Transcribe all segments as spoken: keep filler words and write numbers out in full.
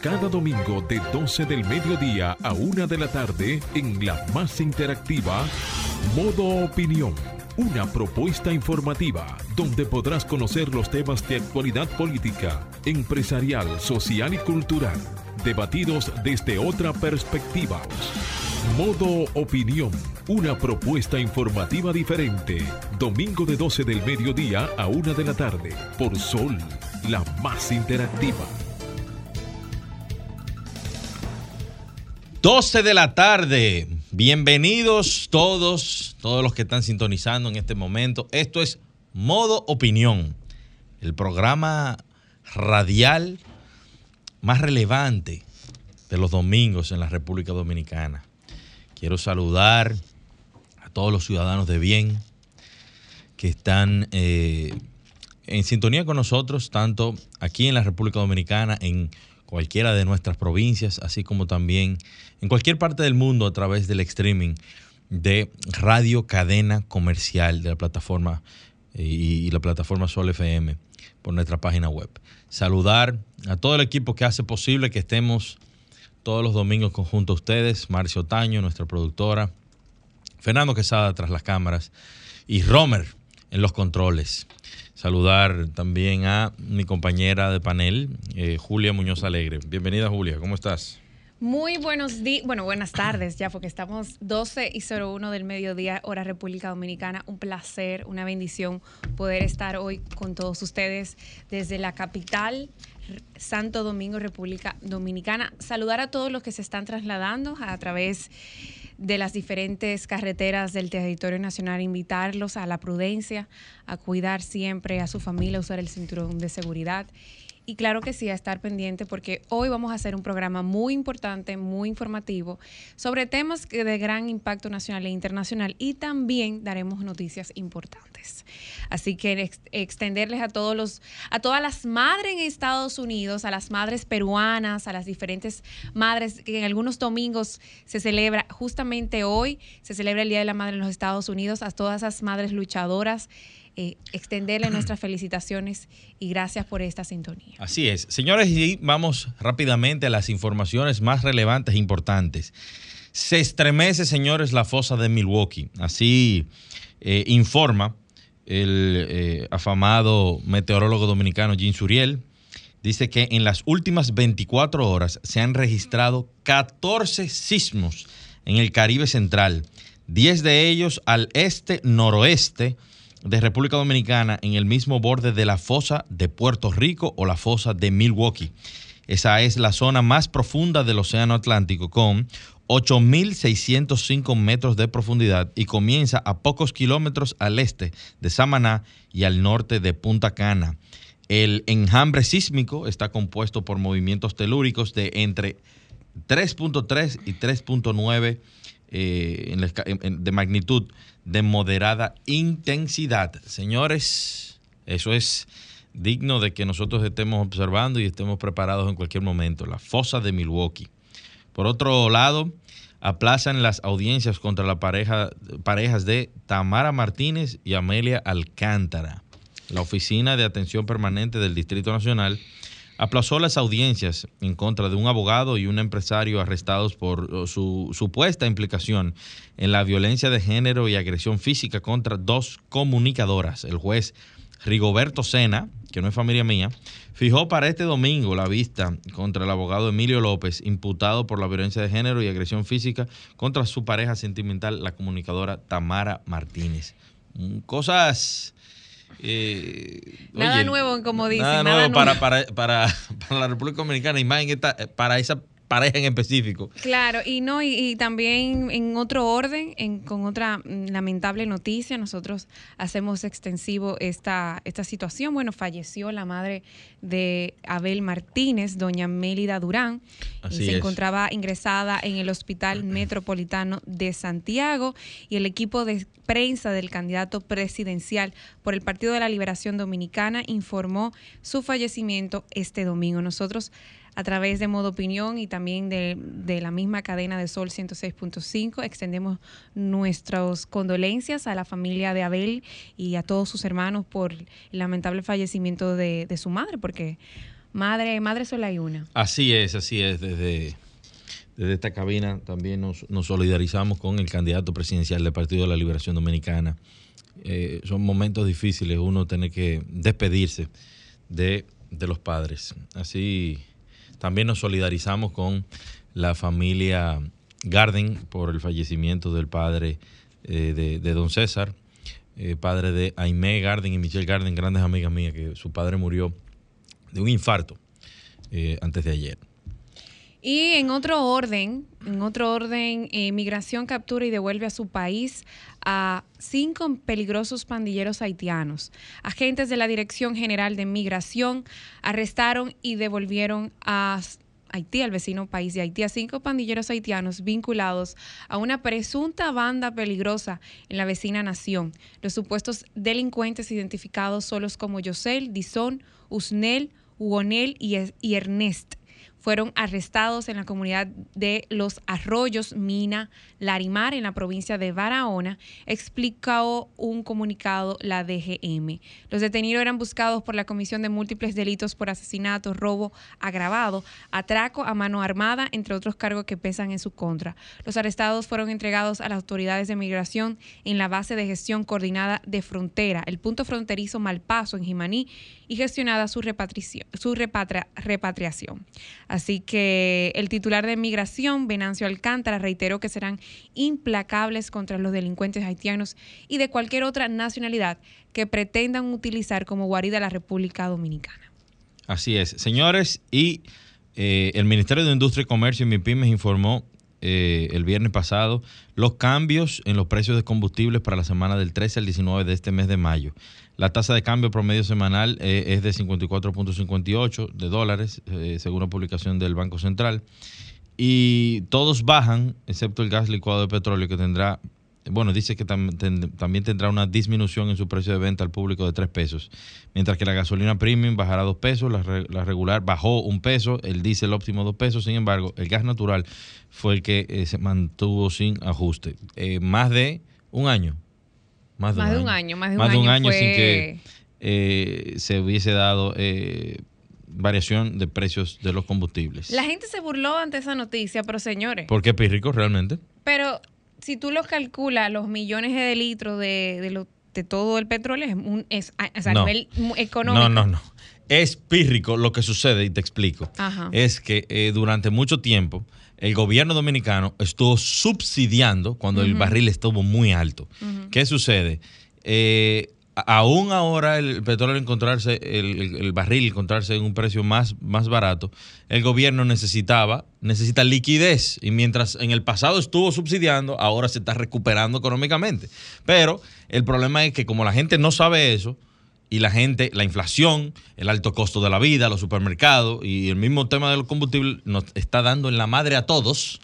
cada domingo de doce del mediodía a una de la tarde en la más interactiva Modo Opinión. Una propuesta informativa donde podrás conocer los temas de actualidad política, empresarial, social y cultural, debatidos desde otra perspectiva. Modo Opinión, una propuesta informativa diferente. Domingo de doce del mediodía a una de la tarde, por Sol, la más interactiva. doce de la tarde. Bienvenidos todos, todos los que están sintonizando en este momento. Esto es Modo Opinión, el programa radial más relevante de los domingos en la República Dominicana. Quiero saludar a todos los ciudadanos de bien que están eh, en sintonía con nosotros, tanto aquí en la República Dominicana, en cualquiera de nuestras provincias, así como también en cualquier parte del mundo a través del streaming de Radio Cadena Comercial de la plataforma eh, y, y la plataforma Sol F M por nuestra página web. Saludar a todo el equipo que hace posible que estemos todos los domingos junto a ustedes, Marcio Taño, nuestra productora, Fernando Quesada tras las cámaras y Romer en los controles. Saludar también a mi compañera de panel, eh, Julia Muñoz Alegre. Bienvenida, Julia, ¿cómo estás? Muy buenos días, bueno, buenas tardes ya, porque estamos doce y cero uno del mediodía, hora República Dominicana. Un placer, una bendición poder estar hoy con todos ustedes desde la capital, Santo Domingo, República Dominicana. Saludar a todos los que se están trasladando a través de las diferentes carreteras del territorio nacional, invitarlos a la prudencia, a cuidar siempre a su familia, a usar el cinturón de seguridad. Y claro que sí, a estar pendiente porque hoy vamos a hacer un programa muy importante, muy informativo, sobre temas de gran impacto nacional e internacional, y también daremos noticias importantes. Así que ex extenderles a todos los, a todas las madres en Estados Unidos, a las madres peruanas, a las diferentes madres que en algunos domingos se celebra, justamente hoy se celebra el Día de la Madre en los Estados Unidos, a todas esas madres luchadoras. Eh, extenderle nuestras felicitaciones y gracias por esta sintonía. Así es. Señores, y vamos rápidamente a las informaciones más relevantes e importantes. Se estremece, señores, la fosa de Milwaukee. Así eh, informa el eh, afamado meteorólogo dominicano Jean Suriel. Dice que en las últimas veinticuatro horas se han registrado catorce sismos en el Caribe Central, diez de ellos al este-noroeste de República Dominicana, en el mismo borde de la fosa de Puerto Rico o la fosa de Milwaukee. Esa es la zona más profunda del Océano Atlántico, con ocho mil seiscientos cinco metros de profundidad, y comienza a pocos kilómetros al este de Samaná y al norte de Punta Cana. El enjambre sísmico está compuesto por movimientos telúricos de entre tres punto tres y tres punto nueve eh, en la, en, de magnitud de moderada intensidad. Señores, eso es digno de que nosotros estemos observando y estemos preparados en cualquier momento. La fosa de Milwaukee. Por otro lado, aplazan las audiencias contra la pareja, parejas de Tamara Martínez y Amelia Alcántara. La Oficina de Atención Permanente del Distrito Nacional aplazó las audiencias en contra de un abogado y un empresario arrestados por su supuesta implicación en la violencia de género y agresión física contra dos comunicadoras. El juez Rigoberto Sena, que no es familia mía, fijó para este domingo la vista contra el abogado Emilio López, imputado por la violencia de género y agresión física contra su pareja sentimental, la comunicadora Tamara Martínez. Cosas... Eh, nada oye, nuevo, como dicen. Nada, nada nuevo, nuevo. Para, para, para, para la República Dominicana y más en esta, para esa pareja en específico. Claro, y no y, y también en otro orden, en, con otra lamentable noticia, nosotros hacemos extensivo esta, esta situación. Bueno, falleció la madre de Abel Martínez, doña Mélida Durán, Así y se es. encontraba ingresada en el Hospital Metropolitano de Santiago, y el equipo de prensa del candidato presidencial por el Partido de la Liberación Dominicana informó su fallecimiento este domingo. Nosotros, a través de Modo Opinión y también de, de la misma cadena de Sol ciento seis punto cinco, extendemos nuestras condolencias a la familia de Abel y a todos sus hermanos por el lamentable fallecimiento de, de su madre, porque Madre, madre sola hay una. Así es, así es. Desde, desde esta cabina también nos, nos solidarizamos con el candidato presidencial del Partido de la Liberación Dominicana. Eh, son momentos difíciles, uno tiene que despedirse de, de los padres. Así también nos solidarizamos con la familia Garden por el fallecimiento del padre eh, de, de don César, eh, padre de Aimé Garden y Michelle Garden, grandes amigas mías, que su padre murió de un infarto eh, antes de ayer. Y en otro orden, en otro orden, eh, Migración captura y devuelve a su país a cinco peligrosos pandilleros haitianos. Agentes de la Dirección General de Migración arrestaron y devolvieron a Haití, al vecino país de Haití, a cinco pandilleros haitianos vinculados a una presunta banda peligrosa en la vecina nación. Los supuestos delincuentes identificados son los como Yosel, Dison, Usnel, Hugonel y, y Ernest. Fueron arrestados en la comunidad de Los Arroyos, Mina, Larimar, en la provincia de Barahona, explicó un comunicado la D G M. Los detenidos eran buscados por la comisión de múltiples delitos por asesinato, robo agravado, atraco a mano armada, entre otros cargos que pesan en su contra. Los arrestados fueron entregados a las autoridades de migración en la base de gestión coordinada de frontera, el punto fronterizo Malpaso en Jimaní, y gestionada su repatriación. Su repatria, repatriación. Así que el titular de Migración, Venancio Alcántara, reiteró que serán implacables contra los delincuentes haitianos y de cualquier otra nacionalidad que pretendan utilizar como guarida la República Dominicana. Así es, señores, y eh, el Ministerio de Industria y Comercio y MIPYMES informó eh, el viernes pasado los cambios en los precios de combustibles para la semana del trece al diecinueve de este mes de mayo. La tasa de cambio promedio semanal eh, es de cincuenta y cuatro punto cincuenta y ocho de dólares, eh, según una publicación del Banco Central. Y todos bajan, excepto el gas licuado de petróleo, que tendrá, bueno, dice que tam, ten, también tendrá una disminución en su precio de venta al público de tres pesos. Mientras que la gasolina premium bajará dos pesos, la, la regular bajó un peso, el diésel óptimo dos pesos. Sin embargo, el gas natural fue el que eh, se mantuvo sin ajuste. Eh, más de un año. Más de, más un, de un año. año, más de un más año, de un año fue... sin que eh, se hubiese dado eh, variación de precios de los combustibles. La gente se burló ante esa noticia, pero señores. ¿Por qué Pírrico realmente? Pero si tú los calculas, los millones de litros de, de, lo, de todo el petróleo, es, un, es a, a no. nivel económico. No, no, no. Es pírrico lo que sucede, y te explico. Ajá. Es que eh, durante mucho tiempo el gobierno dominicano estuvo subsidiando cuando uh-huh. el barril estuvo muy alto. Uh-huh. ¿Qué sucede? Eh, aún ahora el petróleo encontrarse, el, el, el barril encontrarse en un precio más, más barato, el gobierno necesitaba, necesita liquidez. Y mientras en el pasado estuvo subsidiando, ahora se está recuperando económicamente. Pero el problema es que como la gente no sabe eso, y la gente, la inflación, el alto costo de la vida, los supermercados y el mismo tema de los combustibles nos está dando en la madre a todos,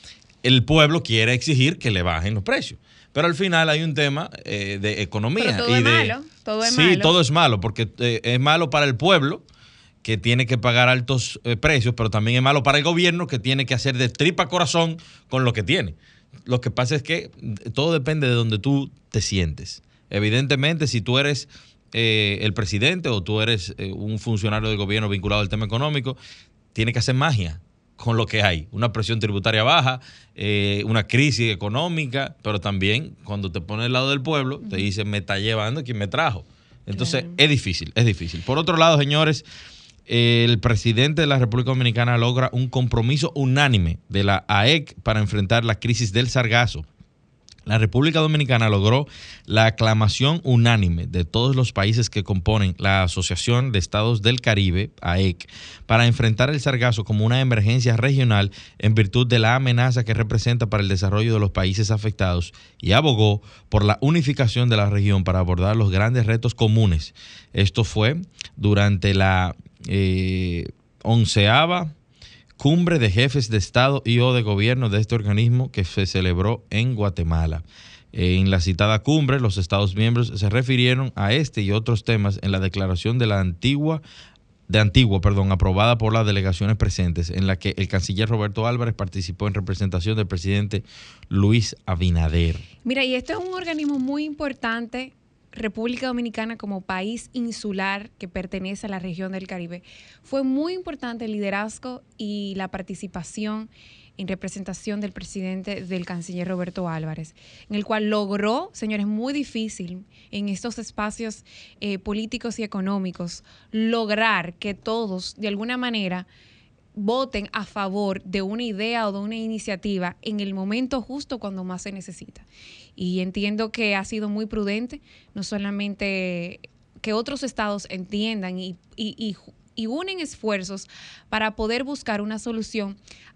el pueblo quiere exigir que le bajen los precios. Pero al final hay un tema eh, de economía. Pero todo y es de, malo, todo es sí, malo. Sí, todo es malo, porque eh, es malo para el pueblo, que tiene que pagar altos eh, precios, pero también es malo para el gobierno, que tiene que hacer de tripa corazón con lo que tiene. Lo que pasa es que todo depende de donde tú te sientes. Evidentemente, si tú eres eh, el presidente o tú eres eh, un funcionario del gobierno vinculado al tema económico, tiene que hacer magia con lo que hay. Una presión tributaria baja, eh, una crisis económica, pero también cuando te pones al lado del pueblo, te dicen, me está llevando quien me trajo. Entonces, claro. es difícil, es difícil. Por otro lado, señores, eh, el presidente de la República Dominicana logra un compromiso unánime de la A E C para enfrentar la crisis del sargazo. La República Dominicana logró la aclamación unánime de todos los países que componen la Asociación de Estados del Caribe, A E C, para enfrentar el sargazo como una emergencia regional en virtud de la amenaza que representa para el desarrollo de los países afectados, y abogó por la unificación de la región para abordar los grandes retos comunes. Esto fue durante la eh, onceava Cumbre de Jefes de Estado y o de Gobierno de este organismo que se celebró en Guatemala. En la citada cumbre, los Estados miembros se refirieron a este y otros temas en la declaración de la antigua, de Antigua, perdón, aprobada por las delegaciones presentes, en la que el canciller Roberto Álvarez participó en representación del presidente Luis Abinader. Mira, y este es un organismo muy importante República Dominicana como país insular que pertenece a la región del Caribe, fue muy importante el liderazgo y la participación en representación del presidente, del canciller Roberto Álvarez, en el cual logró, señores, muy difícil en estos espacios eh, políticos y económicos, lograr que todos, de alguna manera, voten a favor de una idea o de una iniciativa en el momento justo cuando más se necesita. Y entiendo que ha sido muy prudente, no solamente que otros estados entiendan y, y, y y unen esfuerzos para poder buscar una solución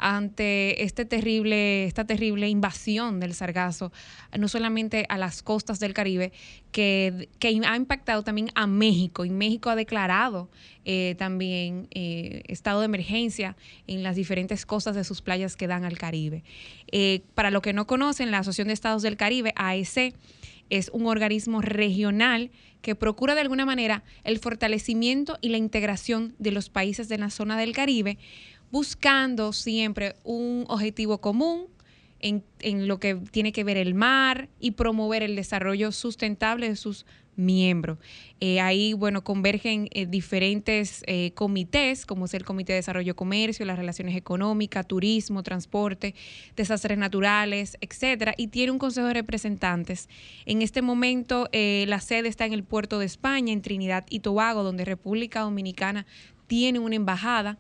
ante este terrible, esta terrible invasión del sargazo, no solamente a las costas del Caribe, que, que ha impactado también a México. Y México ha declarado eh, también eh, estado de emergencia en las diferentes costas de sus playas que dan al Caribe. Eh, para los que no conocen, la Asociación de Estados del Caribe, A E C, es un organismo regional que procura de alguna manera el fortalecimiento y la integración de los países de la zona del Caribe, buscando siempre un objetivo común en, en lo que tiene que ver el mar y promover el desarrollo sustentable de sus miembros. Eh, ahí, bueno, convergen eh, diferentes eh, comités, como es el Comité de Desarrollo Comercio, las relaciones económicas, turismo, transporte, desastres naturales, etcétera, y tiene un consejo de representantes. En este momento, eh, la sede está en el puerto de España, en Trinidad y Tobago, donde República Dominicana tiene una embajada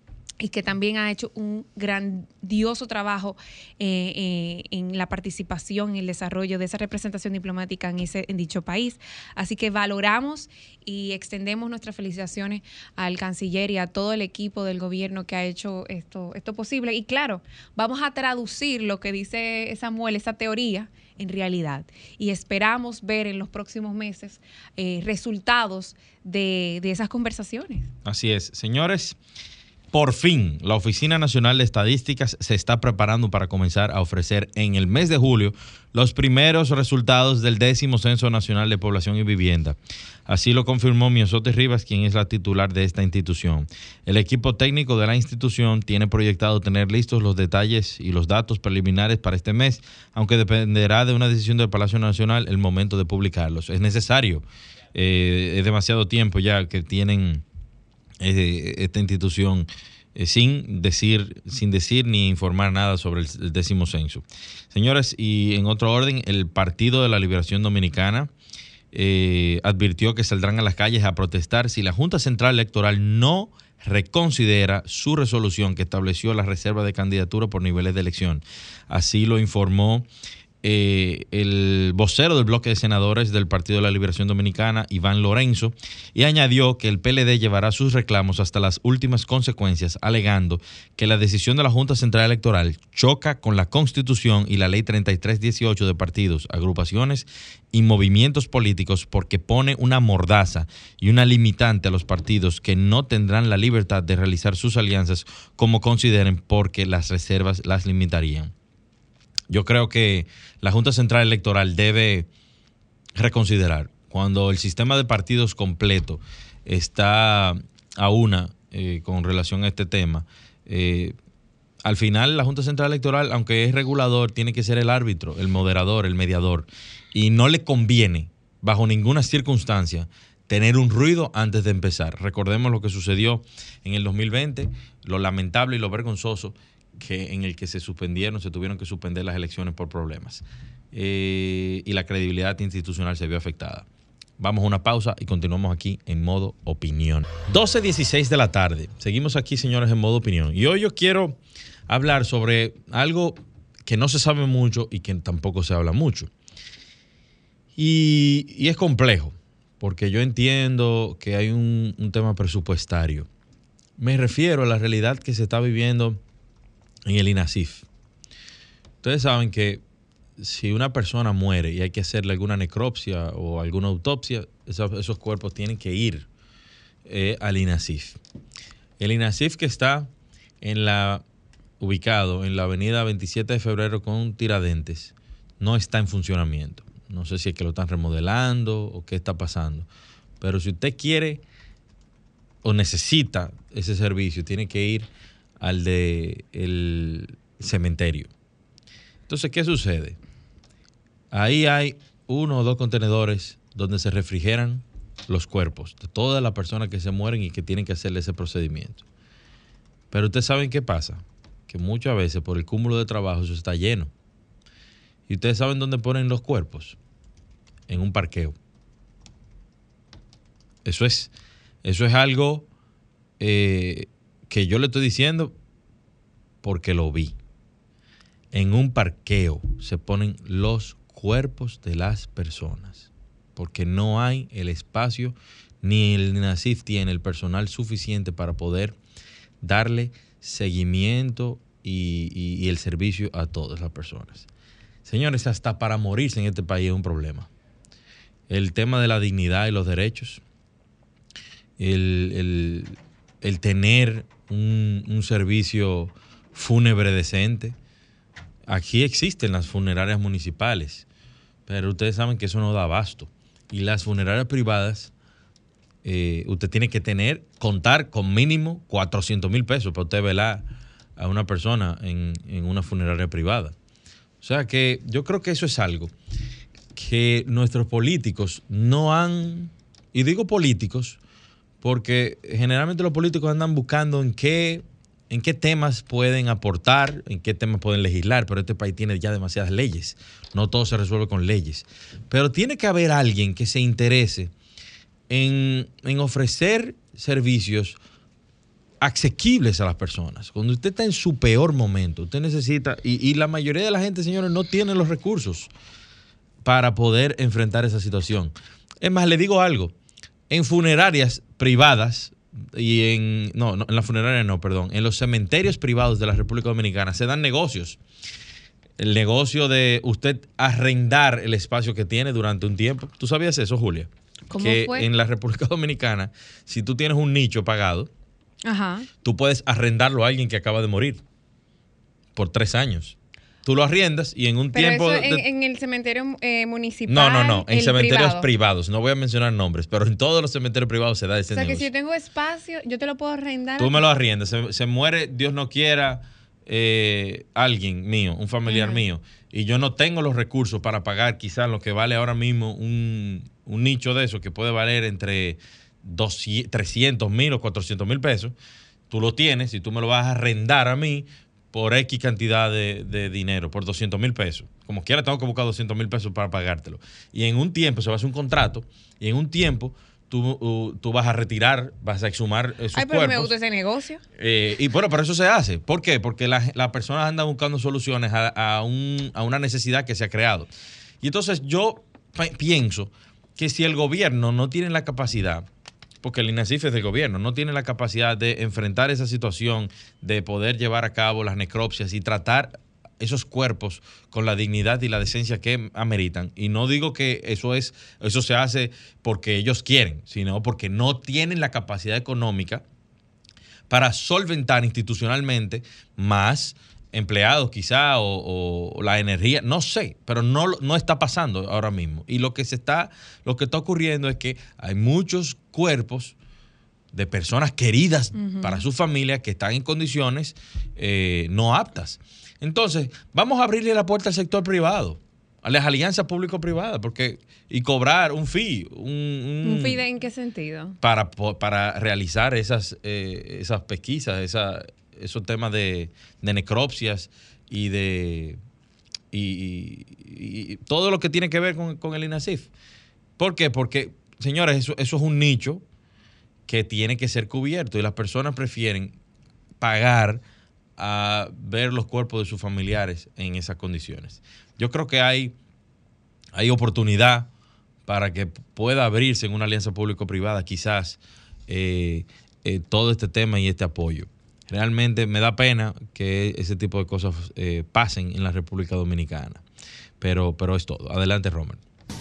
y que también ha hecho un grandioso trabajo eh, eh, en la participación, en el desarrollo de esa representación diplomática en, ese, en dicho país. Así que valoramos y extendemos nuestras felicitaciones al canciller y a todo el equipo del gobierno que ha hecho esto, esto posible. Y claro, vamos a traducir lo que dice Samuel, esa teoría, en realidad. Y esperamos ver en los próximos meses eh, resultados de, de esas conversaciones. Así es. Señores, por fin, la Oficina Nacional de Estadísticas se está preparando para comenzar a ofrecer en el mes de julio los primeros resultados del décimo Censo Nacional de Población y Vivienda. Así lo confirmó Miosotis Rivas, quien es la titular de esta institución. El equipo técnico de la institución tiene proyectado tener listos los detalles y los datos preliminares para este mes, aunque dependerá de una decisión del Palacio Nacional el momento de publicarlos. Es necesario, eh, es demasiado tiempo ya que tienen eh, esta institución eh, sin decir, sin decir ni informar nada sobre el, el décimo censo. Señores, y en otro orden, el Partido de la Liberación Dominicana Eh, advirtió que saldrán a las calles a protestar si la Junta Central Electoral no reconsidera su resolución que estableció la reserva de candidatura por niveles de elección. Así lo informó eh, el vocero del bloque de senadores del Partido de la Liberación Dominicana, Iván Lorenzo, y añadió que el P L D llevará sus reclamos hasta las últimas consecuencias, alegando que la decisión de la Junta Central Electoral choca con la Constitución y la Ley treinta y tres dieciocho de partidos, agrupaciones y movimientos políticos, porque pone una mordaza y una limitante a los partidos que no tendrán la libertad de realizar sus alianzas como consideren, porque las reservas las limitarían. Yo creo que la Junta Central Electoral debe reconsiderar. Cuando el sistema de partidos completo está a una eh, con relación a este tema, eh, al final la Junta Central Electoral, aunque es regulador, tiene que ser el árbitro, el moderador, el mediador. Y no le conviene, bajo ninguna circunstancia, tener un ruido antes de empezar. Recordemos lo que sucedió en el dos mil veinte, lo lamentable y lo vergonzoso que en el que se suspendieron, se tuvieron que suspender las elecciones por problemas. Eh, y la credibilidad institucional se vio afectada. Vamos a una pausa y continuamos aquí en modo opinión. doce dieciséis de la tarde. Seguimos aquí, señores, en modo opinión. Y hoy yo quiero hablar sobre algo que no se sabe mucho y que tampoco se habla mucho. Y, y es complejo, porque yo entiendo que hay un, un tema presupuestario. Me refiero a la realidad que se está viviendo en el INASIF. Ustedes saben que si una persona muere y hay que hacerle alguna necropsia o alguna autopsia, esos, esos cuerpos tienen que ir eh, al INASIF. El INASIF que está en la, ubicado en la avenida veintisiete de febrero con Tiradentes, no está en funcionamiento. No sé si es que lo están remodelando o qué está pasando. Pero si usted quiere o necesita ese servicio, tiene que ir al de el cementerio. Entonces, ¿qué sucede? Ahí hay uno o dos contenedores donde se refrigeran los cuerpos de todas las personas que se mueren y que tienen que hacerle ese procedimiento. Pero ustedes saben qué pasa, que muchas veces por el cúmulo de trabajo eso está lleno. ¿Y ustedes saben dónde ponen los cuerpos? En un parqueo. Eso es, eso es algo eh, que yo le estoy diciendo porque lo vi. En un parqueo se ponen los cuerpos de las personas, porque no hay el espacio, ni el INASIF tiene el personal suficiente para poder darle seguimiento y, y, y el servicio a todas las personas. Señores, hasta para morirse en este país es un problema. El tema de la dignidad y los derechos, el, el, el tener un, un servicio fúnebre decente. Aquí existen las funerarias municipales, pero ustedes saben que eso no da abasto. Y las funerarias privadas, eh, usted tiene que tener, contar con mínimo cuatrocientos mil pesos para usted velar a una persona en, en una funeraria privada. O sea que yo creo que eso es algo que nuestros políticos no han, y digo políticos, porque generalmente los políticos andan buscando en qué, en qué temas pueden aportar, en qué temas pueden legislar, pero este país tiene ya demasiadas leyes. No todo se resuelve con leyes. Pero tiene que haber alguien que se interese en, en ofrecer servicios asequibles a las personas. Cuando usted está en su peor momento, usted necesita, y, y la mayoría de la gente, señores, no tiene los recursos para poder enfrentar esa situación. Es más, le digo algo, en funerarias privadas, y en, no, no, en la funeraria no, perdón, en los cementerios privados de la República Dominicana se dan negocios. El negocio de usted arrendar el espacio que tiene durante un tiempo. ¿Tú sabías eso, Julia? ¿Cómo que fue? En la República Dominicana, si tú tienes un nicho pagado, Ajá. tú puedes arrendarlo a alguien que acaba de morir por tres años. Tú lo arriendas y en un Pero tiempo... eso en, de... en el cementerio eh, municipal. No, no, no. En el cementerios privado. privados. No voy a mencionar nombres, pero en todos los cementerios privados se da ese O sea, negocio. que si yo tengo espacio, yo te lo puedo arrendar. Tú me lo arriendas. Se, se muere, Dios no quiera, eh, alguien mío, un familiar uh-huh. mío, y yo no tengo los recursos para pagar quizás lo que vale ahora mismo un, un nicho de eso, que puede valer entre doscientos, trescientos mil o cuatrocientos mil pesos. Tú lo tienes y tú me lo vas a arrendar a mí por X cantidad de, de dinero, por doscientos mil pesos. Como quiera, tengo que buscar doscientos mil pesos para pagártelo. Y en un tiempo se va a hacer un contrato, y en un tiempo tú, uh, tú vas a retirar, vas a exhumar esos Ay, pero cuerpos. me gusta ese negocio. Eh, y bueno, pero eso se hace. ¿Por qué? Porque las la personas andan buscando soluciones a, a, un, a una necesidad que se ha creado. Y entonces yo p- pienso que si el gobierno no tiene la capacidad, porque el INASIF es del gobierno, no tiene la capacidad de enfrentar esa situación, de poder llevar a cabo las necropsias y tratar esos cuerpos con la dignidad y la decencia que ameritan. Y no digo que eso es, eso se hace porque ellos quieren, sino porque no tienen la capacidad económica para solventar institucionalmente más empleados quizá o, o la energía, no sé, pero no, no está pasando ahora mismo. Y lo que se está, lo que está ocurriendo es que hay muchos cuerpos de personas queridas uh-huh. para su familia que están en condiciones eh, no aptas. Entonces, vamos a abrirle la puerta al sector privado, a las alianzas público-privadas, porque y cobrar un fee. ¿Un, un, ¿Un fee de en qué sentido? Para, para realizar esas, eh, esas pesquisas, esa, esos temas de, de necropsias y de y, y, y todo lo que tiene que ver con, con el INASIF. ¿Por qué? Porque, señores, eso, eso es un nicho que tiene que ser cubierto y las personas prefieren pagar a ver los cuerpos de sus familiares en esas condiciones. Yo creo que hay, hay oportunidad para que pueda abrirse en una alianza público-privada quizás eh, eh, todo este tema y este apoyo. Realmente me da pena que ese tipo de cosas eh, pasen en la República Dominicana, pero, pero es todo. Adelante, Romer.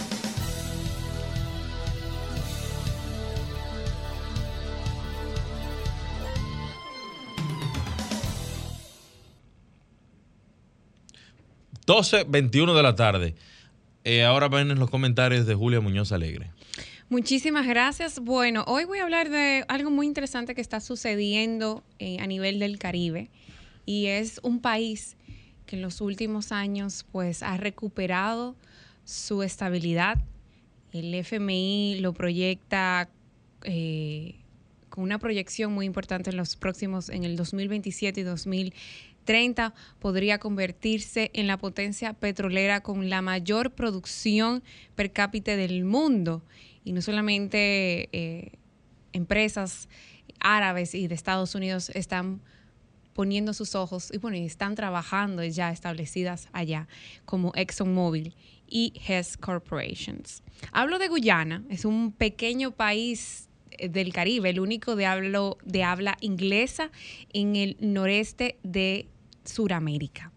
doce veintiuno de la tarde. Eh, ahora ven los comentarios de Julia Muñoz Alegre. Muchísimas gracias. Bueno, hoy voy a hablar de algo muy interesante que está sucediendo eh, a nivel del Caribe, y es un país que en los últimos años pues ha recuperado su estabilidad El F M I lo proyecta eh, con una proyección muy importante en los próximos, en el dos mil veintisiete y dos mil treinta, podría convertirse en la potencia petrolera con la mayor producción per cápita del mundo. Y no solamente eh, empresas árabes y de Estados Unidos están poniendo sus ojos y bueno, y están trabajando ya establecidas allá, como ExxonMobil y Hess Corporations. Hablo de Guyana, es un pequeño país del Caribe, el único de, hablo, de habla inglesa en el noreste de Suramérica.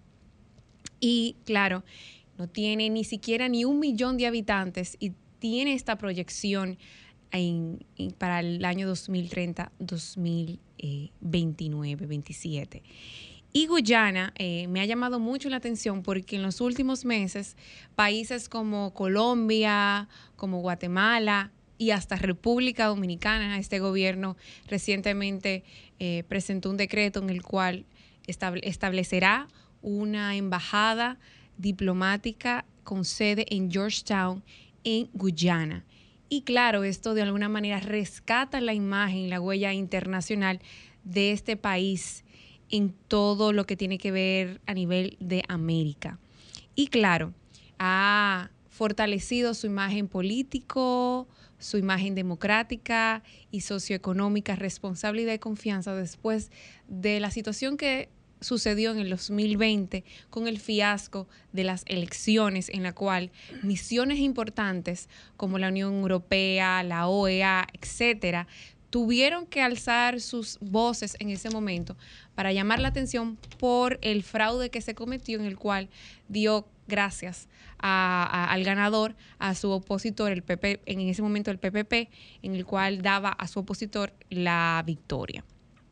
Y claro, no tiene ni siquiera ni un millón de habitantes y tiene esta proyección en, en, para el año dos mil treinta, dos mil veintinueve, veintisiete. Y Guyana eh, me ha llamado mucho la atención porque en los últimos meses países como Colombia, como Guatemala y hasta República Dominicana, este gobierno recientemente eh, presentó un decreto en el cual estable, establecerá una embajada diplomática con sede en Georgetown, en Guyana. Y claro, esto de alguna manera rescata la imagen, la huella internacional de este país en todo lo que tiene que ver a nivel de América. Y claro, ha fortalecido su imagen político, su imagen democrática y socioeconómica, responsable y de confianza después de la situación que sucedió en el dos mil veinte con el fiasco de las elecciones, en la cual misiones importantes como la Unión Europea, la O E A, etcétera, tuvieron que alzar sus voces en ese momento para llamar la atención por el fraude que se cometió, en el cual dio gracias a, a, al ganador, a su opositor, el P P, en ese momento el P P P, en el cual daba a su opositor la victoria.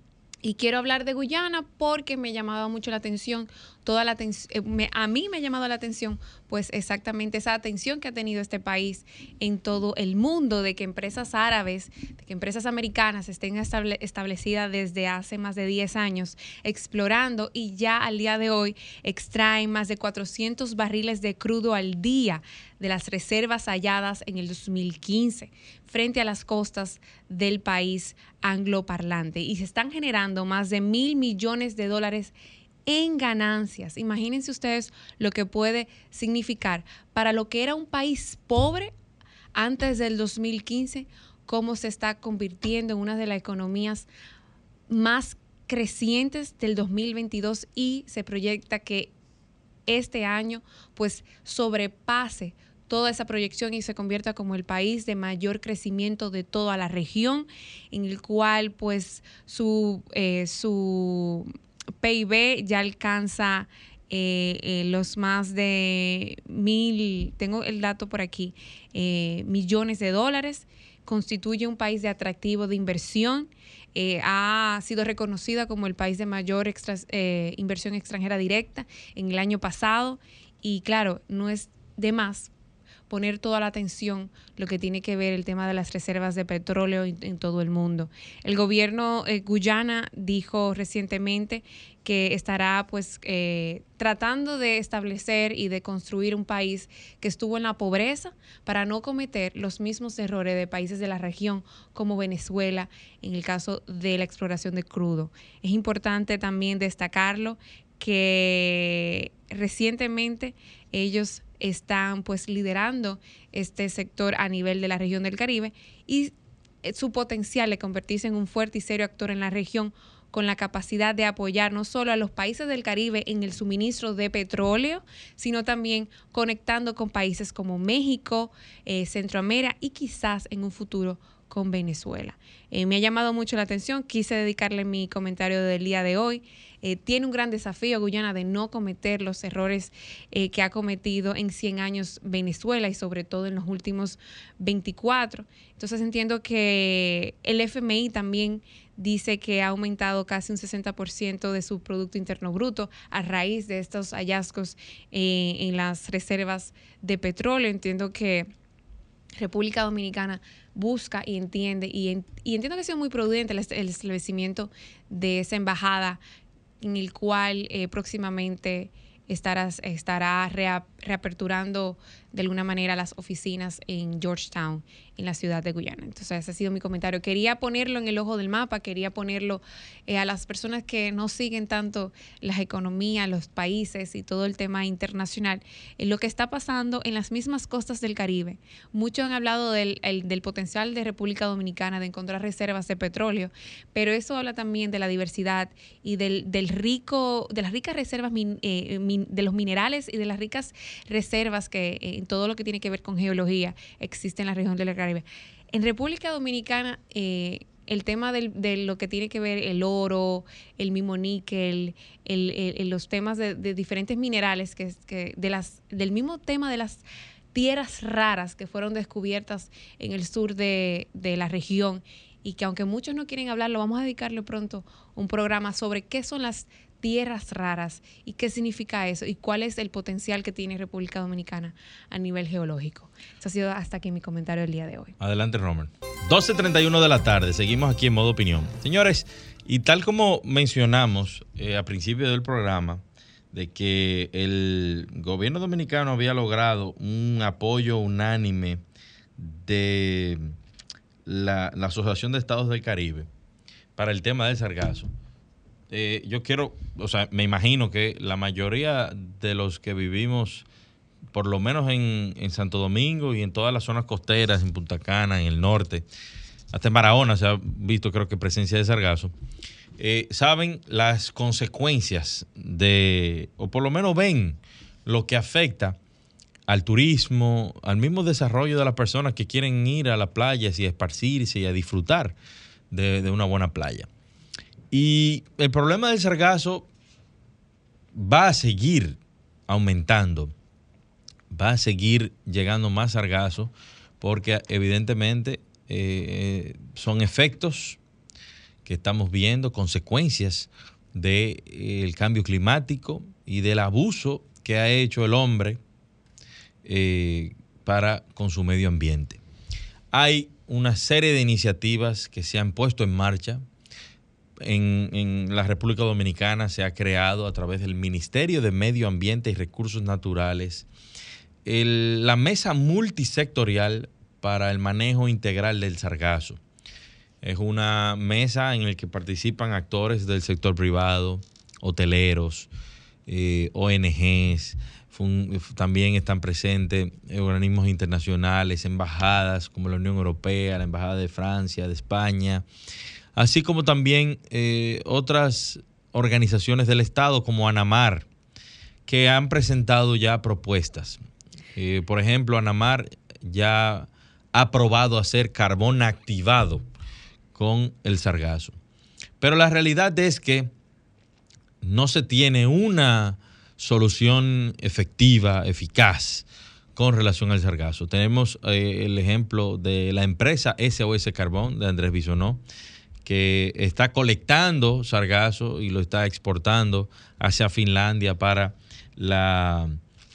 Y quiero hablar de Guyana porque me llamaba mucho la atención, toda la eh, me, a mí me ha llamado la atención, pues exactamente esa atención que ha tenido este país en todo el mundo, de que empresas árabes, de que empresas americanas estén estable, establecidas desde hace más de diez años, explorando, y ya al día de hoy extraen más de cuatrocientos barriles de crudo al día de las reservas halladas en el dos mil quince frente a las costas del país angloparlante, y se están generando más de mil millones de dólares en ganancias. Imagínense ustedes lo que puede significar para lo que era un país pobre antes del dos mil quince, cómo se está convirtiendo en una de las economías más crecientes del dos mil veintidós, y se proyecta que este año pues sobrepase toda esa proyección y se convierta como el país de mayor crecimiento de toda la región, en el cual pues su, eh, su P I B ya alcanza eh, eh, los más de mil, tengo el dato por aquí, eh, millones de dólares. Constituye un país de atractivo de inversión. Eh, ha sido reconocida como el país de mayor extra, eh, inversión extranjera directa en el año pasado. Y claro, no es de más poner toda la atención lo que tiene que ver el tema de las reservas de petróleo en, en todo el mundo. El gobierno eh, Guyana dijo recientemente que estará pues eh, tratando de establecer y de construir un país que estuvo en la pobreza para no cometer los mismos errores de países de la región como Venezuela en el caso de la exploración de crudo. Es importante también destacarlo que recientemente ellos están pues liderando este sector a nivel de la región del Caribe, y su potencial de convertirse en un fuerte y serio actor en la región, con la capacidad de apoyar no solo a los países del Caribe en el suministro de petróleo, sino también conectando con países como México, eh, Centroamérica y quizás en un futuro con Venezuela. Eh, me ha llamado mucho la atención, quise dedicarle mi comentario del día de hoy. Eh, tiene un gran desafío Guyana de no cometer los errores eh, que ha cometido en cien años Venezuela, y sobre todo en los últimos veinticuatro. Entonces entiendo que el F M I también dice que ha aumentado casi un sesenta por ciento de su Producto Interno Bruto a raíz de estos hallazgos eh, en las reservas de petróleo. Entiendo que República Dominicana busca y entiende, y, en, y entiendo que ha sido muy prudente el, el establecimiento de esa embajada, en el cual eh, próximamente estará, estará rea, reaperturando de alguna manera las oficinas en Georgetown, en la ciudad de Guyana. Entonces ese ha sido mi comentario. Quería ponerlo en el ojo del mapa, quería ponerlo eh, a las personas que no siguen tanto las economías, los países y todo el tema internacional, en lo que está pasando en las mismas costas del Caribe. Muchos han hablado del, el, del potencial de República Dominicana de encontrar reservas de petróleo, pero eso habla también de la diversidad y del, del rico, de las ricas reservas min, eh, min, de los minerales y de las ricas reservas que eh, en todo lo que tiene que ver con geología existe en la región del Caribe. En República Dominicana, eh, el tema del, de lo que tiene que ver el oro, el mismo níquel, el, el, el, los temas de, de diferentes minerales, que, que de las, del mismo tema de las tierras raras que fueron descubiertas en el sur de, de la región, y que aunque muchos no quieren hablarlo, vamos a dedicarle pronto un programa sobre qué son las tierras raras y qué significa eso y cuál es el potencial que tiene República Dominicana a nivel geológico. Eso ha sido hasta aquí mi comentario del día de hoy. Adelante, Romer. doce treinta y uno de la tarde, seguimos aquí en Modo Opinión. Señores, y tal como mencionamos eh, a principio del programa, de que el gobierno dominicano había logrado un apoyo unánime de la, la Asociación de Estados del Caribe para el tema del sargazo. Eh, yo quiero, o sea, me imagino que la mayoría de los que vivimos, por lo menos en, en Santo Domingo y en todas las zonas costeras, en Punta Cana, en el norte, hasta en Barahona se ha visto, creo que, presencia de sargazo, eh, saben las consecuencias de, o por lo menos ven lo que afecta al turismo, al mismo desarrollo de las personas que quieren ir a las playas y a esparcirse y a disfrutar de, de una buena playa. Y el problema del sargazo va a seguir aumentando, va a seguir llegando más sargazo, porque evidentemente eh, son efectos que estamos viendo, consecuencias del eh, cambio climático y del abuso que ha hecho el hombre eh, para con su medio ambiente. Hay una serie de iniciativas que se han puesto en marcha. En, en la República Dominicana se ha creado a través del Ministerio de Medio Ambiente y Recursos Naturales el, la Mesa Multisectorial para el Manejo Integral del Sargazo. Es una mesa en la que participan actores del sector privado, hoteleros, eh, O N Ges, fun, también están presentes organismos internacionales, embajadas como la Unión Europea, la Embajada de Francia, de España, así como también eh, otras organizaciones del Estado como ANAMAR, que han presentado ya propuestas. Eh, por ejemplo, ANAMAR ya ha probado hacer carbón activado con el sargazo. Pero la realidad es que no se tiene una solución efectiva, eficaz, con relación al sargazo. Tenemos eh, el ejemplo de la empresa S O S Carbón de Andrés Bisonó, que está colectando sargazo y lo está exportando hacia Finlandia para la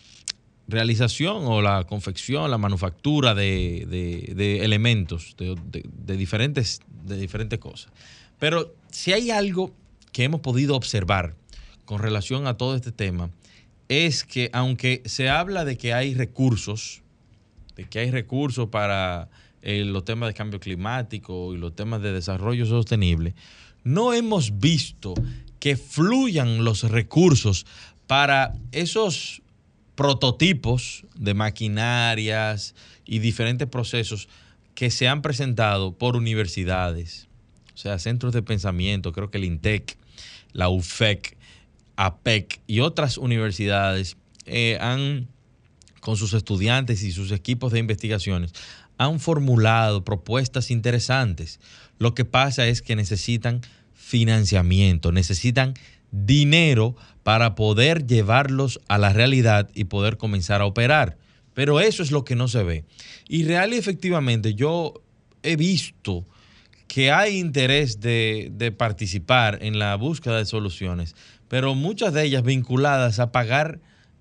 realización o la confección, la manufactura de, de, de elementos, de, de, de, diferentes, de diferentes cosas. Pero si hay algo que hemos podido observar con relación a todo este tema, es que aunque se habla de que hay recursos, de que hay recursos para eh, los temas de cambio climático y los temas de desarrollo sostenible, no hemos visto que fluyan los recursos para esos prototipos de maquinarias y diferentes procesos que se han presentado por universidades, o sea, centros de pensamiento. Creo que el INTEC, la U F E C, A P E C y otras universidades eh, han, con sus estudiantes y sus equipos de investigaciones, han formulado propuestas interesantes. Lo que pasa es que necesitan financiamiento, necesitan dinero para poder llevarlos a la realidad y poder comenzar a operar. Pero eso es lo que no se ve. Y real y efectivamente yo he visto que hay interés de, de participar en la búsqueda de soluciones, pero muchas de ellas vinculadas a pagar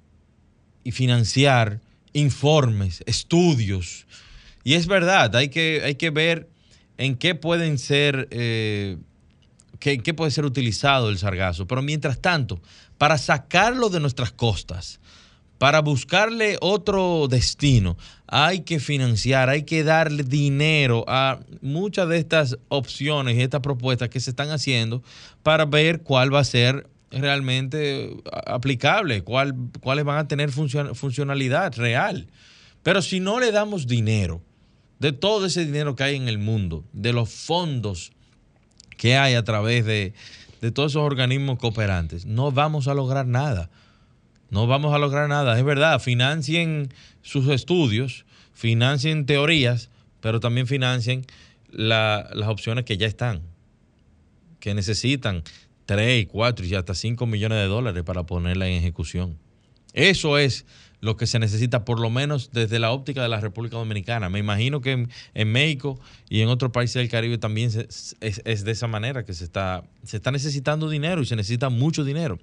y financiar informes, estudios. Y es verdad, hay que, hay que ver en qué pueden ser, eh, qué, qué puede ser utilizado el sargazo. Pero mientras tanto, para sacarlo de nuestras costas, para buscarle otro destino, hay que financiar, hay que darle dinero a muchas de estas opciones y estas propuestas que se están haciendo para ver cuál va a ser realmente aplicable, cuál, cuáles van a tener funcion, funcionalidad real. Pero si no le damos dinero, de todo ese dinero que hay en el mundo, de los fondos que hay a través de, de todos esos organismos cooperantes, no vamos a lograr nada. No vamos a lograr nada. Es verdad, financien sus estudios, financien teorías, pero también financien la, las opciones que ya están, que necesitan tres, cuatro y hasta cinco millones de dólares para ponerla en ejecución. Eso es lo que se necesita, por lo menos desde la óptica de la República Dominicana. Me imagino que en, en México y en otros países del Caribe también se, es, es de esa manera que se está, se está necesitando dinero y se necesita mucho dinero.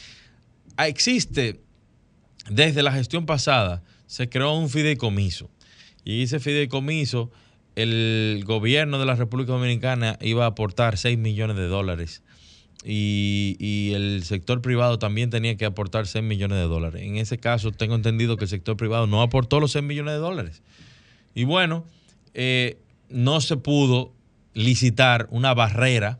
Existe, desde la gestión pasada, se creó un fideicomiso. Y ese fideicomiso, el gobierno de la República Dominicana iba a aportar seis millones de dólares. Y, y el sector privado también tenía que aportar seis millones de dólares. En ese caso, tengo entendido que el sector privado no aportó los seis millones de dólares. Y bueno, eh, no se pudo licitar una barrera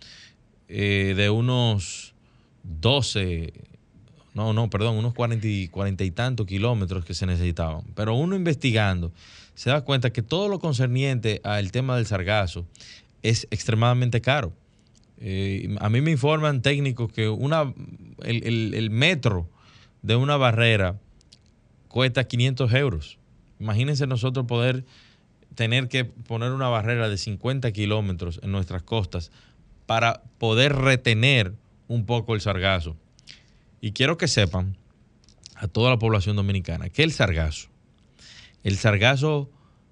eh, de unos doce, no, no, perdón, unos cuarenta y, cuarenta y tantos kilómetros que se necesitaban. Pero uno investigando se da cuenta que todo lo concerniente al tema del sargazo es extremadamente caro. Eh, a mí me informan técnicos que una, el, el, el metro de una barrera cuesta quinientos euros. Imagínense nosotros poder tener que poner una barrera de cincuenta kilómetros en nuestras costas para poder retener un poco el sargazo. Y quiero que sepan a toda la población dominicana que el sargazo, el sargazo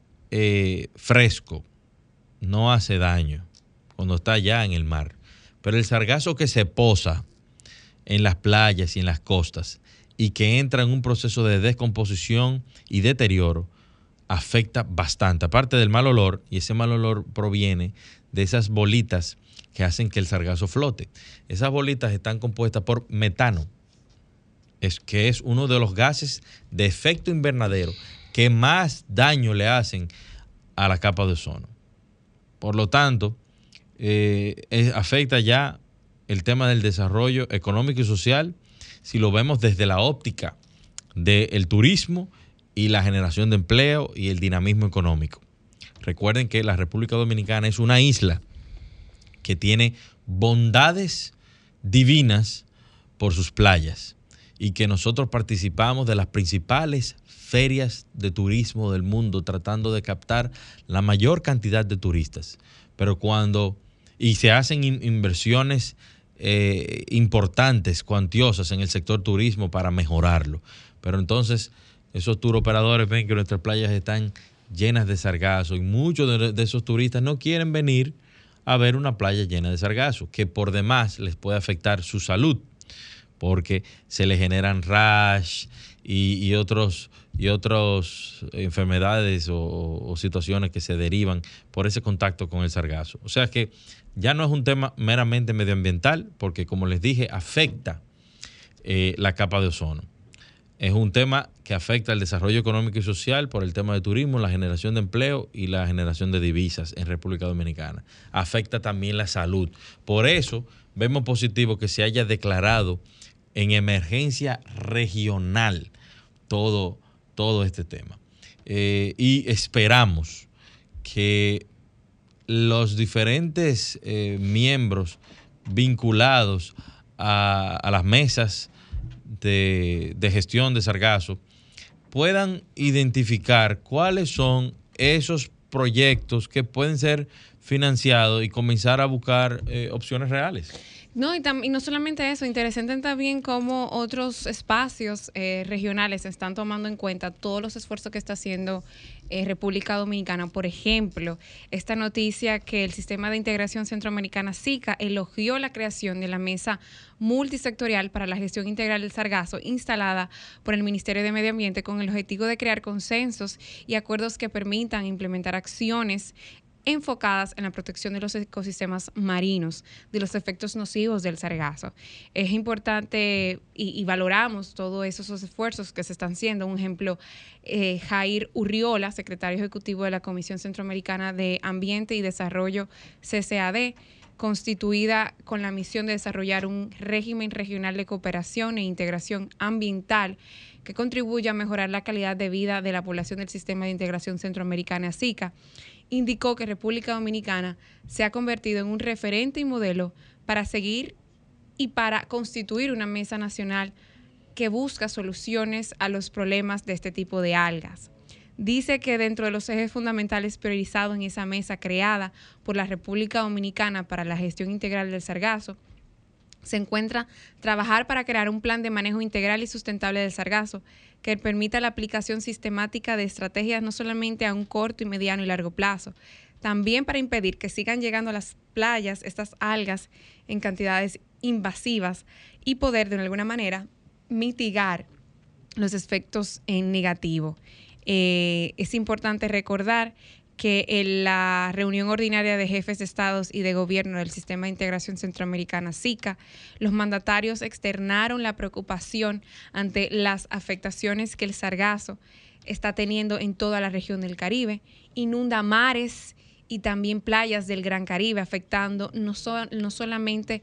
eh, fresco no hace daño cuando está ya en el mar. Pero el sargazo que se posa en las playas y en las costas y que entra en un proceso de descomposición y deterioro afecta bastante. Aparte del mal olor, y ese mal olor proviene de esas bolitas que hacen que el sargazo flote. Esas bolitas están compuestas por metano, es, que es uno de los gases de efecto invernadero que más daño le hacen a la capa de ozono. Por lo tanto, Eh, es, afecta ya el tema del desarrollo económico y social si lo vemos desde la óptica del turismo y la generación de empleo y el dinamismo económico. Recuerden que la República Dominicana es una isla que tiene bondades divinas por sus playas y que nosotros participamos de las principales ferias de turismo del mundo tratando de captar la mayor cantidad de turistas. Pero cuando y se hacen in, inversiones eh, importantes, cuantiosas en el sector turismo para mejorarlo. Pero entonces esos tour operadores ven que nuestras playas están llenas de sargazo y muchos de, de esos turistas no quieren venir a ver una playa llena de sargazo, que por demás les puede afectar su salud, porque se le generan rash y, y otros y otras enfermedades o, o situaciones que se derivan por ese contacto con el sargazo. O sea que ya no es un tema meramente medioambiental, porque como les dije, afecta eh, la capa de ozono. Es un tema que afecta el desarrollo económico y social por el tema de turismo, la generación de empleo y la generación de divisas en República Dominicana. Afecta también la salud. Por eso vemos positivo que se haya declarado en emergencia regional todo, todo este tema. Eh, y esperamos que los diferentes eh, miembros vinculados a, a las mesas de, de gestión de sargazo puedan identificar cuáles son esos proyectos que pueden ser financiados y comenzar a buscar eh, opciones reales. No, y, tam- y no solamente eso, interesante también cómo otros espacios eh, regionales están tomando en cuenta todos los esfuerzos que está haciendo eh, República Dominicana. Por ejemplo, esta noticia que el Sistema de Integración Centroamericana SICA elogió la creación de la Mesa Multisectorial para la Gestión Integral del Sargazo, instalada por el Ministerio de Medio Ambiente con el objetivo de crear consensos y acuerdos que permitan implementar acciones enfocadas en la protección de los ecosistemas marinos, de los efectos nocivos del sargazo. Es importante y, y valoramos todos esos esfuerzos que se están haciendo. Un ejemplo, eh, Jair Urriola, secretario ejecutivo de la Comisión Centroamericana de Ambiente y Desarrollo, C C A D, constituida con la misión de desarrollar un régimen regional de cooperación e integración ambiental que contribuya a mejorar la calidad de vida de la población del Sistema de Integración Centroamericana SICA, indicó que República Dominicana se ha convertido en un referente y modelo para seguir y para constituir una mesa nacional que busca soluciones a los problemas de este tipo de algas. Dice que dentro de los ejes fundamentales priorizados en esa mesa creada por la República Dominicana para la gestión integral del sargazo, se encuentra trabajar para crear un plan de manejo integral y sustentable del sargazo que permita la aplicación sistemática de estrategias no solamente a un corto y mediano y largo plazo, también para impedir que sigan llegando a las playas estas algas en cantidades invasivas y poder de alguna manera mitigar los efectos en negativo. Eh, es importante recordar que en la reunión ordinaria de jefes de estados y de gobierno del Sistema de Integración Centroamericana SICA, los mandatarios externaron la preocupación ante las afectaciones que el sargazo está teniendo en toda la región del Caribe, inunda mares y también playas del Gran Caribe, afectando no, so, no solamente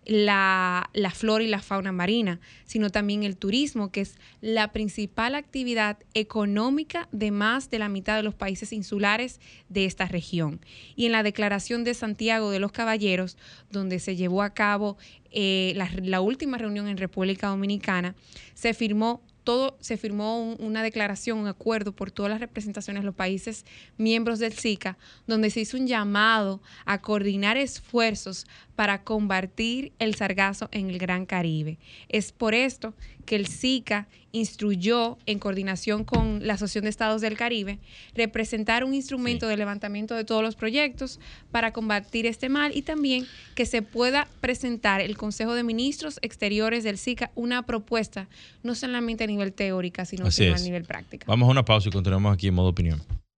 la, la flora y la fauna marina, sino también el turismo, que es la principal actividad económica de más de la mitad de los países insulares de esta región. Y en la Declaración de Santiago de los Caballeros, donde se llevó a cabo eh, la, la última reunión en República Dominicana, se firmó Todo, se firmó un, una declaración, un acuerdo por todas las representaciones de los países miembros del SICA, donde se hizo un llamado a coordinar esfuerzos para combatir el sargazo en el Gran Caribe. Es por esto que el SICA instruyó, en coordinación con la Asociación de Estados del Caribe, representar un instrumento sí. de levantamiento de todos los proyectos para combatir este mal, y también que se pueda presentar el Consejo de Ministros Exteriores del SICA una propuesta, no solamente a nivel teórica, sino Así a es. nivel práctica. Vamos a una pausa y continuamos aquí en Modo Opinión.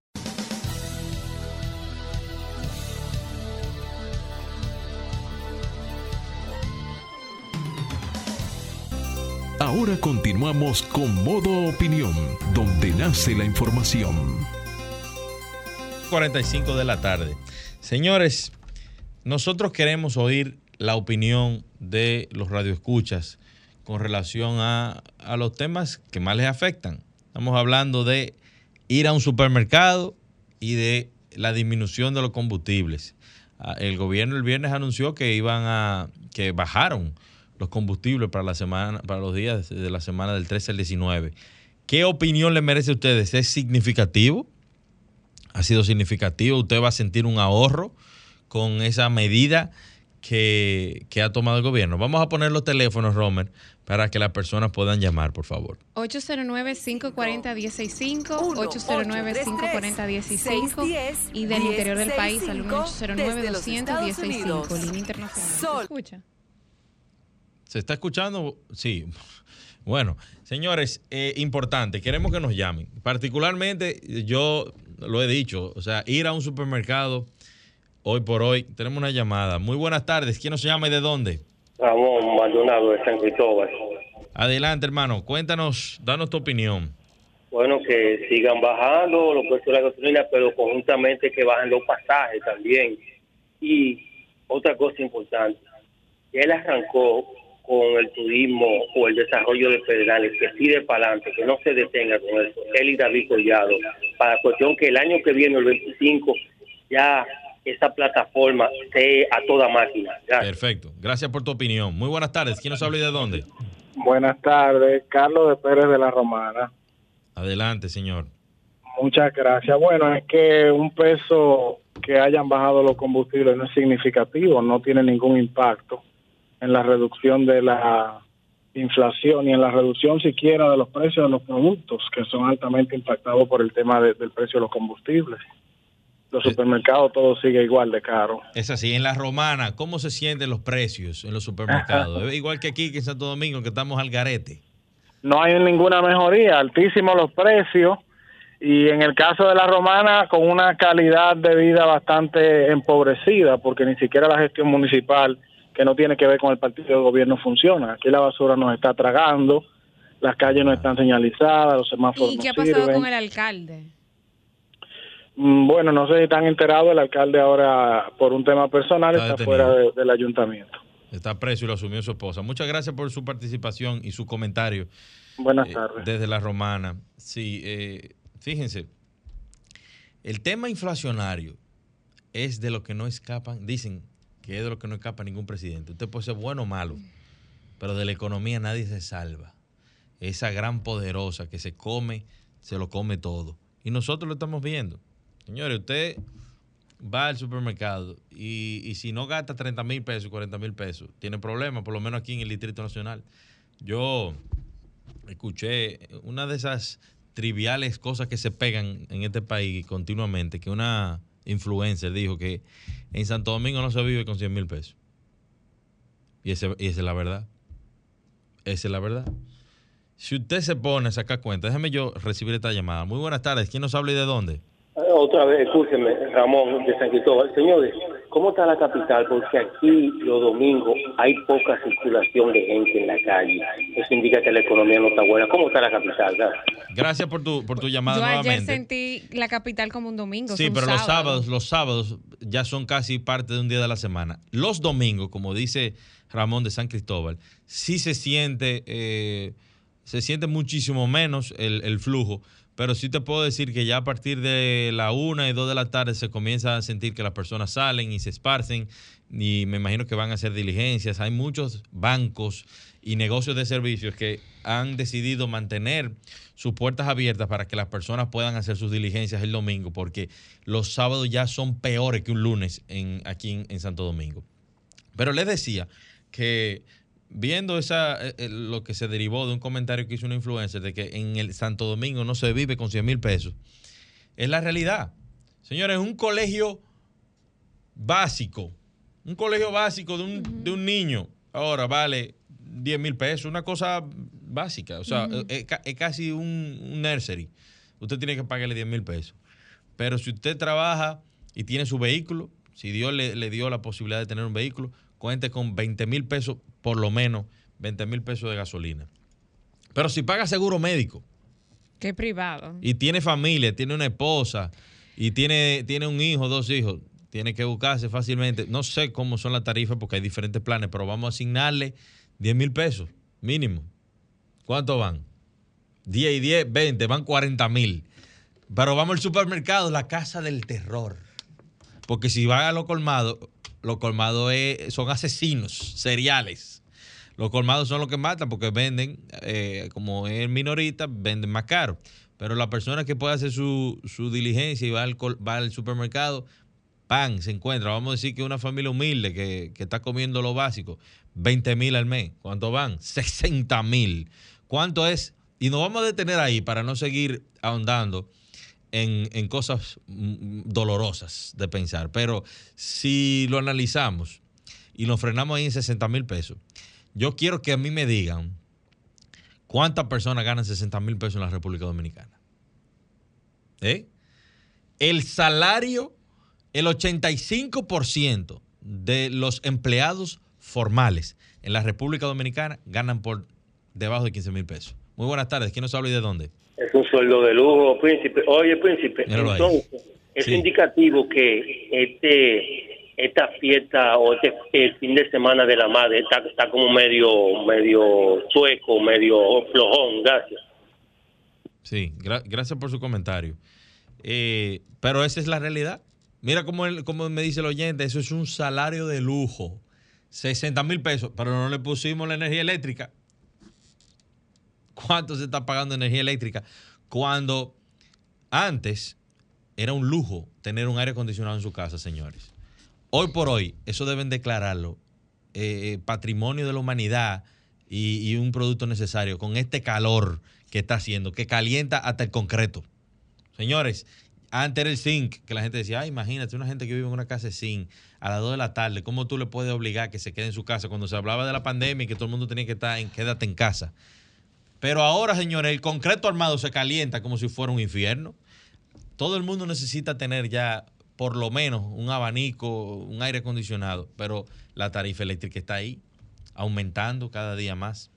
Ahora continuamos con Modo Opinión, donde nace la información. cuarenta y cinco de la tarde. Señores, nosotros queremos oír la opinión de los radioescuchas con relación a, a los temas que más les afectan. Estamos hablando de ir a un supermercado y de la disminución de los combustibles. El gobierno el viernes anunció que iban a que bajaron los combustibles para la semana, para los días de la semana del trece al diecinueve. ¿Qué opinión le merece a ustedes? ¿Es significativo? ¿Ha sido significativo? ¿Usted va a sentir un ahorro con esa medida que, que ha tomado el gobierno? Vamos a poner los teléfonos, Romer, para que las personas puedan llamar, por favor. ocho cero nueve, cinco cuatro cero, uno cero seis cinco, ocho cero nueve, cinco cuatro cero, uno cero seis cinco y del interior del país al uno ocho cero nueve, dos cero cero, uno cero seis cinco, línea internacional. ¿Se escucha? ¿Se está escuchando? Sí. Bueno, señores, eh, importante, queremos que nos llamen. Particularmente, yo lo he dicho, o sea, ir a un supermercado hoy por hoy. Tenemos una llamada. Muy buenas tardes. ¿Quién nos llama y de dónde? Ramón Maldonado de San Cristóbal. Adelante, hermano. Cuéntanos, danos tu opinión. Bueno, que sigan bajando los precios de la gasolina, pero conjuntamente que bajen los pasajes también. Y otra cosa importante, él arrancó con el turismo o el desarrollo de Pedernales, que sigue para adelante, que no se detenga con eso. Él y David Collado, para cuestión que el año que viene, el veinticinco, ya esa plataforma esté a toda máquina. Gracias. Perfecto. Gracias por tu opinión. Muy buenas tardes. ¿Quién nos habla y de dónde? Buenas tardes. Carlos de Pérez de la Romana. Adelante, señor. Muchas gracias. Bueno, es que un peso que hayan bajado los combustibles no es significativo, no tiene ningún impacto en la reducción de la inflación y en la reducción siquiera de los precios de los productos, que son altamente impactados por el tema de, del precio de los combustibles. Los supermercados todo sigue igual de caro. Es así. En la Romana, ¿cómo se sienten los precios en los supermercados? Es igual que aquí, que en Santo Domingo, que estamos al garete. No hay ninguna mejoría, altísimos los precios. Y en el caso de La Romana, con una calidad de vida bastante empobrecida, porque ni siquiera la gestión municipal, que no tiene que ver con el partido de gobierno, funciona. Aquí la basura nos está tragando, las calles no están señalizadas, los semáforos ¿Y no qué ha pasado sirven. con el alcalde? Bueno, no sé si están enterados, el alcalde ahora, por un tema personal, está, está fuera de, del ayuntamiento. Está preso y lo asumió su esposa. Muchas gracias por su participación y su comentario. Buenas eh, tardes. Desde La Romana. Sí, eh, fíjense, el tema inflacionario es de lo que no escapan, dicen que es de lo que no escapa ningún presidente. Usted puede ser bueno o malo, pero de la economía nadie se salva. Esa gran poderosa que se come, se lo come todo. Y nosotros lo estamos viendo. Señores, usted va al supermercado y, y si no gasta treinta mil pesos, cuarenta mil pesos, tiene problemas, por lo menos aquí en el Distrito Nacional. Yo escuché una de esas triviales cosas que se pegan en este país continuamente, que una influencer dijo que en Santo Domingo no se vive con cien mil pesos. Y, ese, y esa es la verdad. Esa es la verdad. Si usted se pone a sacar cuenta, déjeme yo recibir esta llamada. Muy buenas tardes. ¿Quién nos habla y de dónde? Otra vez, escúcheme, Ramón de San Cristóbal. Señores, ¿cómo está la capital? Porque aquí los domingos hay poca circulación de gente en la calle. Eso indica que la economía no está buena. ¿Cómo está la capital? ¿Verdad? Gracias por tu, por tu llamada Yo nuevamente. ayer sentí la capital como un domingo. Sí, un pero sábado. los sábados, los sábados ya son casi parte de un día de la semana. Los domingos, como dice Ramón de San Cristóbal, sí se siente, eh, se siente muchísimo menos el, el flujo. Pero sí te puedo decir que ya a partir de la una y dos de la tarde se comienza a sentir que las personas salen y se esparcen y me imagino que van a hacer diligencias. Hay muchos bancos y negocios de servicios que han decidido mantener sus puertas abiertas para que las personas puedan hacer sus diligencias el domingo, porque los sábados ya son peores que un lunes en, aquí en, en Santo Domingo. Pero les decía que viendo esa eh, lo que se derivó de un comentario que hizo una influencer de que en el Santo Domingo no se vive con cien mil pesos, es la realidad. Señores, un colegio básico, un colegio básico de un, uh-huh. de un niño, ahora vale diez mil pesos, una cosa básica, o sea, uh-huh. es, es casi un, un nursery. Usted tiene que pagarle diez mil pesos. Pero si usted trabaja y tiene su vehículo, si Dios le, le dio la posibilidad de tener un vehículo, cuente con veinte mil pesos, por lo menos veinte mil pesos de gasolina. Pero si paga seguro médico. Qué privado. Y tiene familia, tiene una esposa, y tiene, tiene un hijo, dos hijos, tiene que buscarse fácilmente. No sé cómo son las tarifas porque hay diferentes planes, pero vamos a asignarle diez mil pesos mínimo. ¿Cuánto van? diez y diez, veinte, van cuarenta mil. Pero vamos al supermercado, la casa del terror. Porque si van a los colmados, los colmados es, son asesinos seriales. Los colmados son los que matan porque venden, eh, como es minorista, venden más caro. Pero la persona que puede hacer su, su diligencia y va al, va al supermercado, pan, se encuentra. Vamos a decir que una familia humilde que, que está comiendo lo básico, veinte mil al mes. ¿Cuánto van? sesenta mil. ¿Cuánto es? Y nos vamos a detener ahí para no seguir ahondando En, en cosas dolorosas de pensar. Pero si lo analizamos y nos frenamos ahí en sesenta mil pesos, yo quiero que a mí me digan cuántas personas ganan sesenta mil pesos en la República Dominicana. ¿Eh? El salario, el ochenta y cinco por ciento de los empleados formales en la República Dominicana ganan por debajo de quince mil pesos. Muy buenas tardes. ¿Quién nos habla y de dónde? Es un sueldo de lujo, príncipe. Oye, príncipe, Míralo entonces ahí. es Sí. indicativo que este esta fiesta o este el fin de semana de la madre está, está como medio medio sueco, medio flojón. Gracias. Sí, gra- gracias por su comentario. Eh, pero esa es la realidad. Mira cómo, él, cómo me dice el oyente, eso es un salario de lujo. sesenta mil pesos, pero no le pusimos la energía eléctrica. ¿Cuánto se está pagando energía eléctrica? Cuando antes era un lujo tener un aire acondicionado en su casa, señores. Hoy por hoy, eso deben declararlo eh, patrimonio de la humanidad y, y un producto necesario con este calor que está haciendo, que calienta hasta el concreto. Señores, antes era el zinc, que la gente decía, ay, imagínate, una gente que vive en una casa de zinc a las dos de la tarde, ¿cómo tú le puedes obligar a que se quede en su casa? Cuando se hablaba de la pandemia y que todo el mundo tenía que estar en quédate en casa. Pero ahora, señores, el concreto armado se calienta como si fuera un infierno. todo el mundo necesita tener ya por lo menos un abanico, un aire acondicionado, pero la tarifa eléctrica está ahí, aumentando cada día más.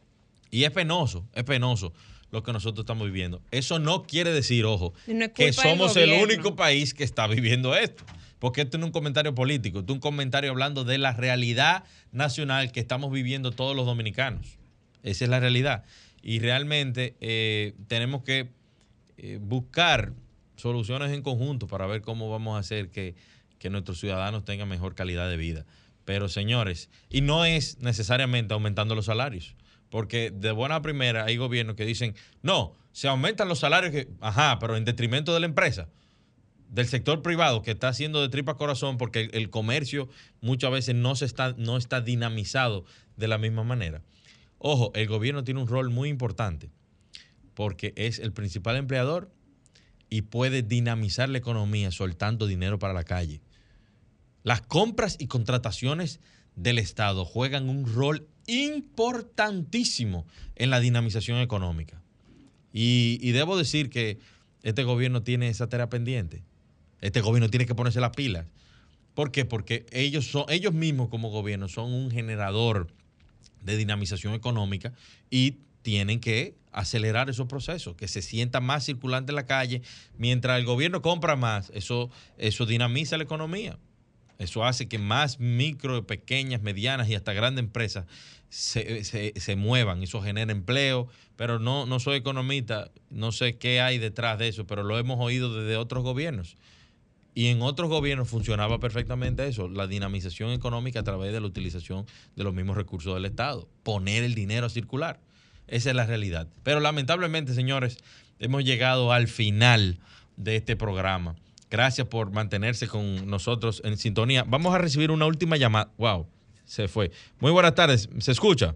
Y es penoso, es penoso lo que nosotros estamos viviendo. Eso no quiere decir, ojo, no es que somos el gobierno. único país que está viviendo esto. Porque esto no es un comentario político, esto es un comentario hablando de la realidad nacional que estamos viviendo todos los dominicanos. Esa es la realidad. Y realmente eh, tenemos que eh, buscar soluciones en conjunto para ver cómo vamos a hacer que, que nuestros ciudadanos tengan mejor calidad de vida. Pero, señores, y no es necesariamente aumentando los salarios, porque de buena primera hay gobiernos que dicen, no, se aumentan los salarios, que, ajá, pero en detrimento de la empresa, del sector privado que está haciendo de tripa corazón, porque el, el comercio muchas veces no, se está, no está dinamizado de la misma manera. Ojo, el gobierno tiene un rol muy importante porque es el principal empleador y puede dinamizar la economía soltando dinero para la calle. Las compras y contrataciones del Estado juegan un rol importantísimo en la dinamización económica. Y, y debo decir que este gobierno tiene esa tarea pendiente. Este gobierno tiene que ponerse las pilas. ¿Por qué? Porque ellos, son, ellos mismos como gobierno son un generador de dinamización económica y tienen que acelerar esos procesos, que se sienta más circulante en la calle. Mientras el gobierno compra más, eso, eso dinamiza la economía. Eso hace que más micro, pequeñas, medianas y hasta grandes empresas se, se, se muevan. Eso genera empleo, pero no, no soy economista, no sé qué hay detrás de eso, pero lo hemos oído desde otros gobiernos. Y en otros gobiernos funcionaba perfectamente eso, la dinamización económica a través de la utilización de los mismos recursos del Estado, poner el dinero a circular. Esa es la realidad. Pero lamentablemente, señores, hemos llegado al final de este programa. Gracias por mantenerse con nosotros en sintonía. Vamos a recibir una última llamada. Wow, se fue. Muy buenas tardes. ¿Se escucha?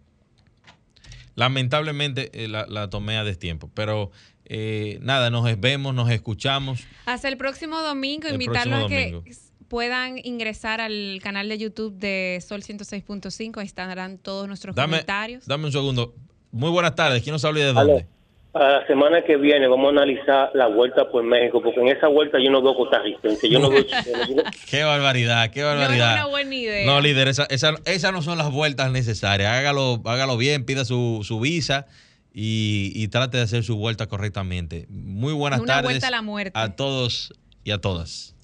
Lamentablemente eh, la, la tomé a destiempo, pero eh, nada, nos vemos, nos escuchamos. Hasta el próximo domingo, El invitarlos próximo a que domingo. puedan ingresar al canal de YouTube de Sol ciento seis punto cinco, ahí estarán todos nuestros Dame, comentarios. dame un segundo. Muy buenas tardes. ¿Quién nos habla y de Aló. dónde? A la semana que viene vamos a analizar la vuelta por México, porque en esa vuelta yo no veo costarricense, yo no veo chileno. Qué barbaridad, qué No es barbaridad. una buena idea. No, líder, esas esa, esa no son las vueltas necesarias. Hágalo, hágalo bien, pida su, su visa y, y trate de hacer su vuelta correctamente. Muy buenas Una tardes vuelta a la muerte. a todos y a todas.